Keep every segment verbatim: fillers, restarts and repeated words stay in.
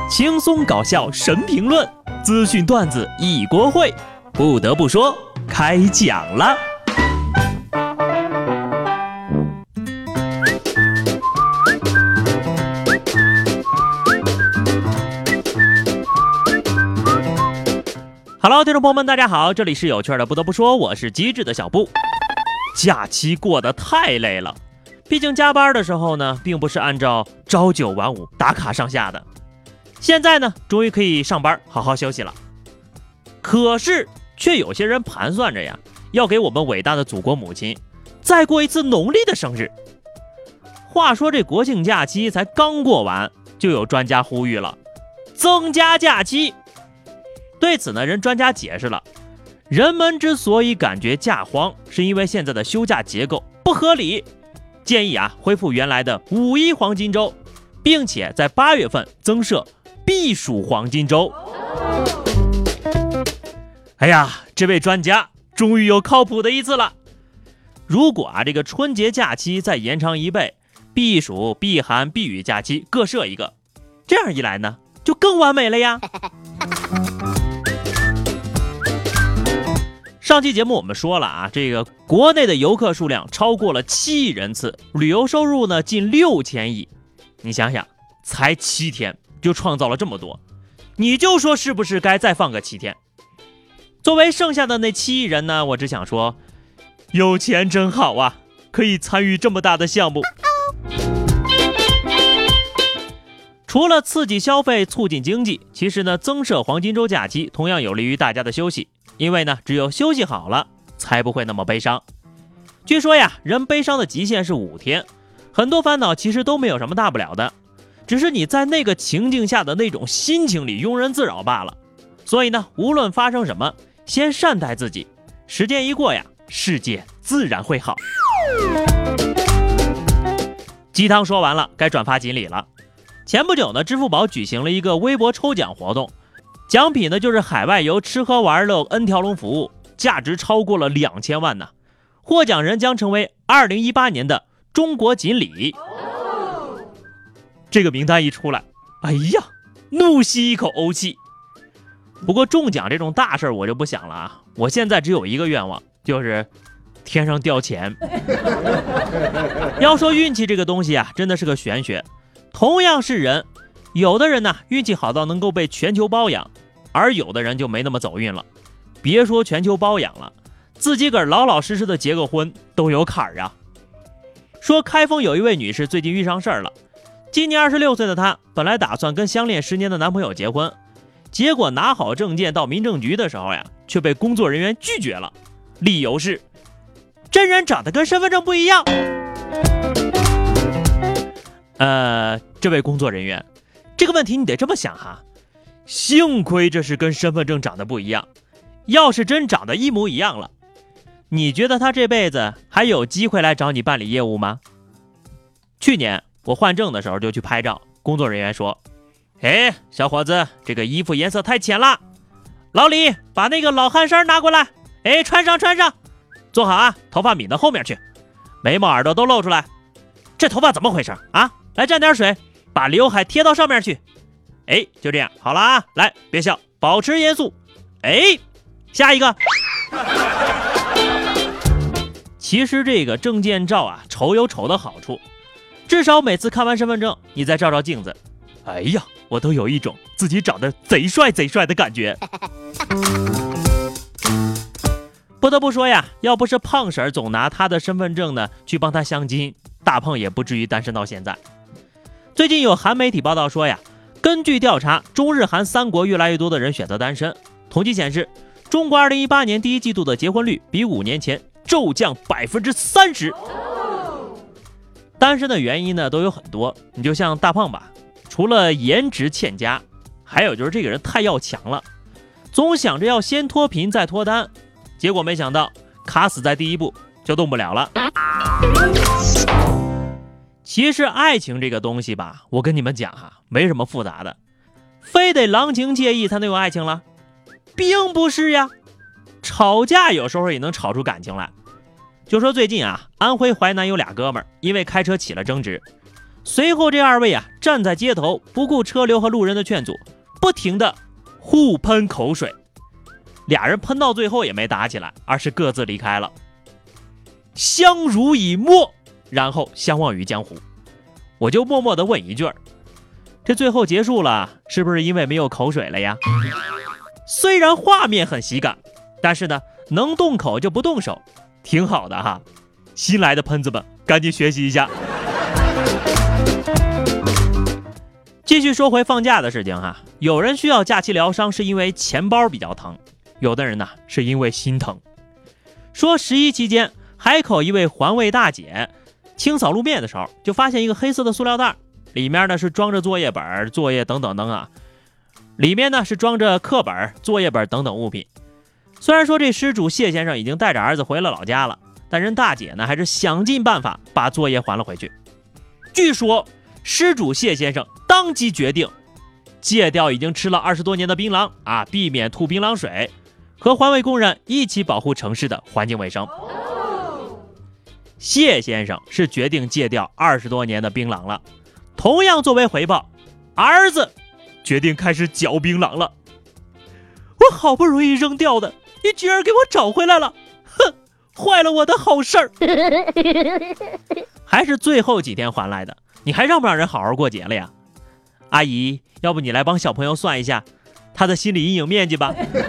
轻松搞笑神评论，资讯段子一锅烩。不得不说，开讲了。Hello， 听众朋友们，大家好，这里是有趣的。不得不说，我是机智的小布。假期过得太累了，毕竟加班的时候呢，并不是按照朝九晚五打卡上下的。现在呢，终于可以上班好好休息了。可是却有些人盘算着呀，要给我们伟大的祖国母亲再过一次农历的生日。话说这国庆假期才刚过完，就有专家呼吁了，增加假期。对此呢，人专家解释了，人们之所以感觉假荒，是因为现在的休假结构不合理，建议啊恢复原来的五一黄金周，并且在八月份增设避暑黄金周。哎呀，这位专家终于有靠谱的一次了。如果啊这个春节假期再延长一倍，避暑、避寒、避雨假期各设一个，这样一来呢，就更完美了呀。上期节目我们说了啊，这个国内的游客数量超过了七亿人次，旅游收入呢近六千亿。你想想，才七天就创造了这么多，你就说是不是该再放个七天？作为剩下的那七亿人呢，我只想说，有钱真好啊，可以参与这么大的项目。除了刺激消费、促进经济，其实呢，增设黄金周假期同样有利于大家的休息。因为呢，只有休息好了，才不会那么悲伤。据说呀，人悲伤的极限是五天，很多烦恼其实都没有什么大不了的，只是你在那个情境下的那种心情里庸人自扰罢了。所以呢，无论发生什么，先善待自己，时间一过呀，世界自然会好。鸡汤说完了，该转发锦鲤了。前不久呢，支付宝举行了一个微博抽奖活动。奖品呢就是海外游吃喝玩乐 N 条龙服务，价值超过了两千万呢。获奖人将成为二零一八年的中国锦鲤。这个名单一出来，哎呀，怒吸一口欧气。不过中奖这种大事我就不想了啊，我现在只有一个愿望，就是天上掉钱。要说运气这个东西啊，真的是个玄学。同样是人，有的人呢运气好到能够被全球包养，而有的人就没那么走运了。别说全球包养了，自己个儿老老实实的结个婚都有坎儿啊。说开封有一位女士最近遇上事儿了，今年二十六岁的她本来打算跟相恋十年的男朋友结婚，结果拿好证件到民政局的时候呀，却被工作人员拒绝了，理由是真人长得跟身份证不一样。呃，这位工作人员，这个问题你得这么想哈，幸亏这是跟身份证长得不一样，要是真长得一模一样了，你觉得他这辈子还有机会来找你办理业务吗？去年我换证的时候就去拍照，工作人员说，哎，小伙子，这个衣服颜色太浅了，老李把那个老汗衫拿过来，哎，穿上穿上，坐好啊，头发抿到后面去，眉毛耳朵都露出来，这头发怎么回事啊？来沾点水，把刘海贴到上面去。哎，就这样，好了啊，来，别笑，保持严肃。哎，下一个。其实这个证件照啊，丑有丑的好处，至少每次看完身份证，你再照照镜子，哎呀，我都有一种自己长得贼帅贼帅的感觉。不得不说呀，要不是胖婶总拿他的身份证呢去帮他镶金，大胖也不至于单身到现在。最近有韩媒体报道说呀，根据调查，中日韩三国越来越多的人选择单身。统计显示，中国二零一八年第一季度的结婚率比五年前骤降百分之三十。单身的原因呢都有很多，你就像大胖吧，除了颜值欠佳，还有就是这个人太要强了，总想着要先脱贫再脱单，结果没想到卡死在第一步就动不了了。其实爱情这个东西吧，我跟你们讲哈，没什么复杂的，非得郎情介意才能有爱情了，并不是呀。吵架有时候也能吵出感情来。就说最近啊，安徽淮南有俩哥们儿因为开车起了争执， 随后这二位啊站在街头，不顾车流和路人的劝阻，不停的互喷口水。俩人喷到最后也没打起来，而是各自离开了。相濡以沫，然后相忘于江湖。我就默默地问一句儿，这最后结束了，是不是因为没有口水了呀？虽然画面很喜感，但是呢，能动口就不动手，挺好的哈。新来的喷子们，赶紧学习一下。继续说回放假的事情哈，有人需要假期疗伤，是因为钱包比较疼，有的人呢是因为心疼。说十一期间，海口一位环卫大姐清扫路面的时候，就发现一个黑色的塑料袋，里面呢是装着作业本、作业等等等啊，里面呢是装着课本、作业本等等物品。虽然说这失主谢先生已经带着儿子回了老家了，但人大姐呢还是想尽办法把作业还了回去。据说失主谢先生当即决定戒掉已经吃了二十多年的槟榔啊，避免吐槟榔水，和环卫工人一起保护城市的环境卫生。谢先生是决定戒掉二十多年的槟榔了，同样作为回报，儿子决定开始嚼槟榔了。我好不容易扔掉的，你居然给我找回来了，哼，坏了我的好事儿。还是最后几天还来的，你还让不让人好好过节了呀？阿姨，要不你来帮小朋友算一下他的心理阴影面积吧。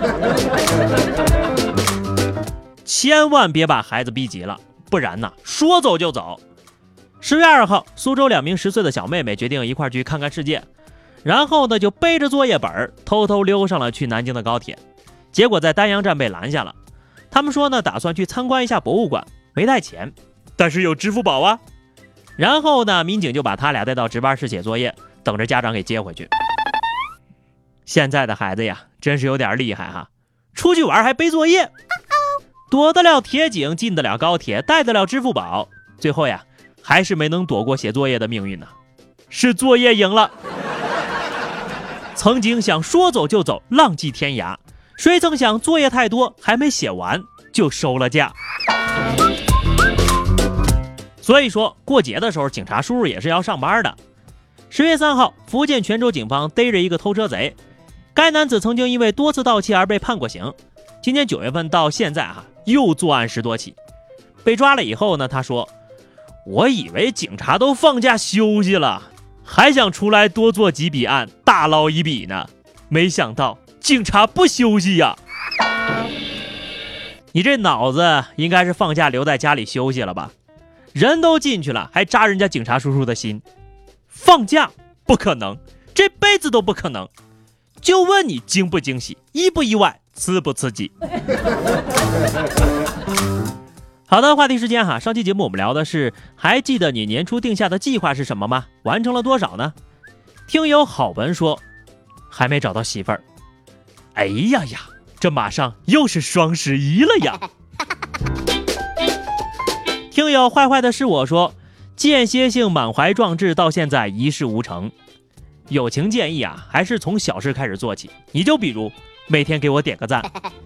千万别把孩子逼急了，不然呢，说走就走。十月二号，苏州两名十岁的小妹妹决定一块去看看世界，然后呢就背着作业本偷偷溜上了去南京的高铁，结果在丹阳站被拦下了。他们说呢，打算去参观一下博物馆，没带钱，但是有支付宝啊。然后呢，民警就把他俩带到值班室写作业，等着家长给接回去。现在的孩子呀，真是有点厉害哈，出去玩还背作业，躲得了铁警，进得了高铁，带得了支付宝，最后呀，还是没能躲过写作业的命运呢，是作业赢了。曾经想说走就走，浪迹天涯，谁曾想作业太多，还没写完就收了假。所以说过节的时候，警察叔叔也是要上班的。十月三号，福建泉州警方逮着一个偷车贼，该男子曾经因为多次盗窃而被判过刑，今年九月份到现在啊，又作案十多起。被抓了以后呢，他说：“我以为警察都放假休息了，还想出来多做几笔案，大捞一笔呢，没想到警察不休息呀！你这脑子应该是放假留在家里休息了吧？人都进去了，还扎人家警察叔叔的心。放假不可能，这辈子都不可能。就问你惊不惊喜，意不意外，刺不刺激？”好的，话题时间哈，上期节目我们聊的是，还记得你年初定下的计划是什么吗？完成了多少呢？听友好文说，还没找到媳妇儿。哎呀呀，这马上又是双十一了呀！听友坏坏的是我说，间歇性满怀壮志，到现在一事无成。友情建议啊，还是从小事开始做起。你就比如每天给我点个赞。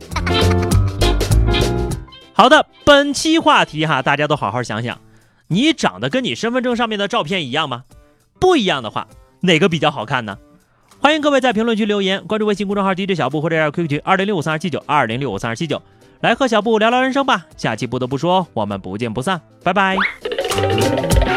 好的，本期话题哈，大家都好好想想，你长得跟你身份证上面的照片一样吗？不一样的话，哪个比较好看呢？欢迎各位在评论区留言，关注微信公众号 D J 小布或者 Q Q 群二零六五三二七九二零六五三二七九，来和小布聊聊人生吧。下期不得不说，我们不见不散，拜拜。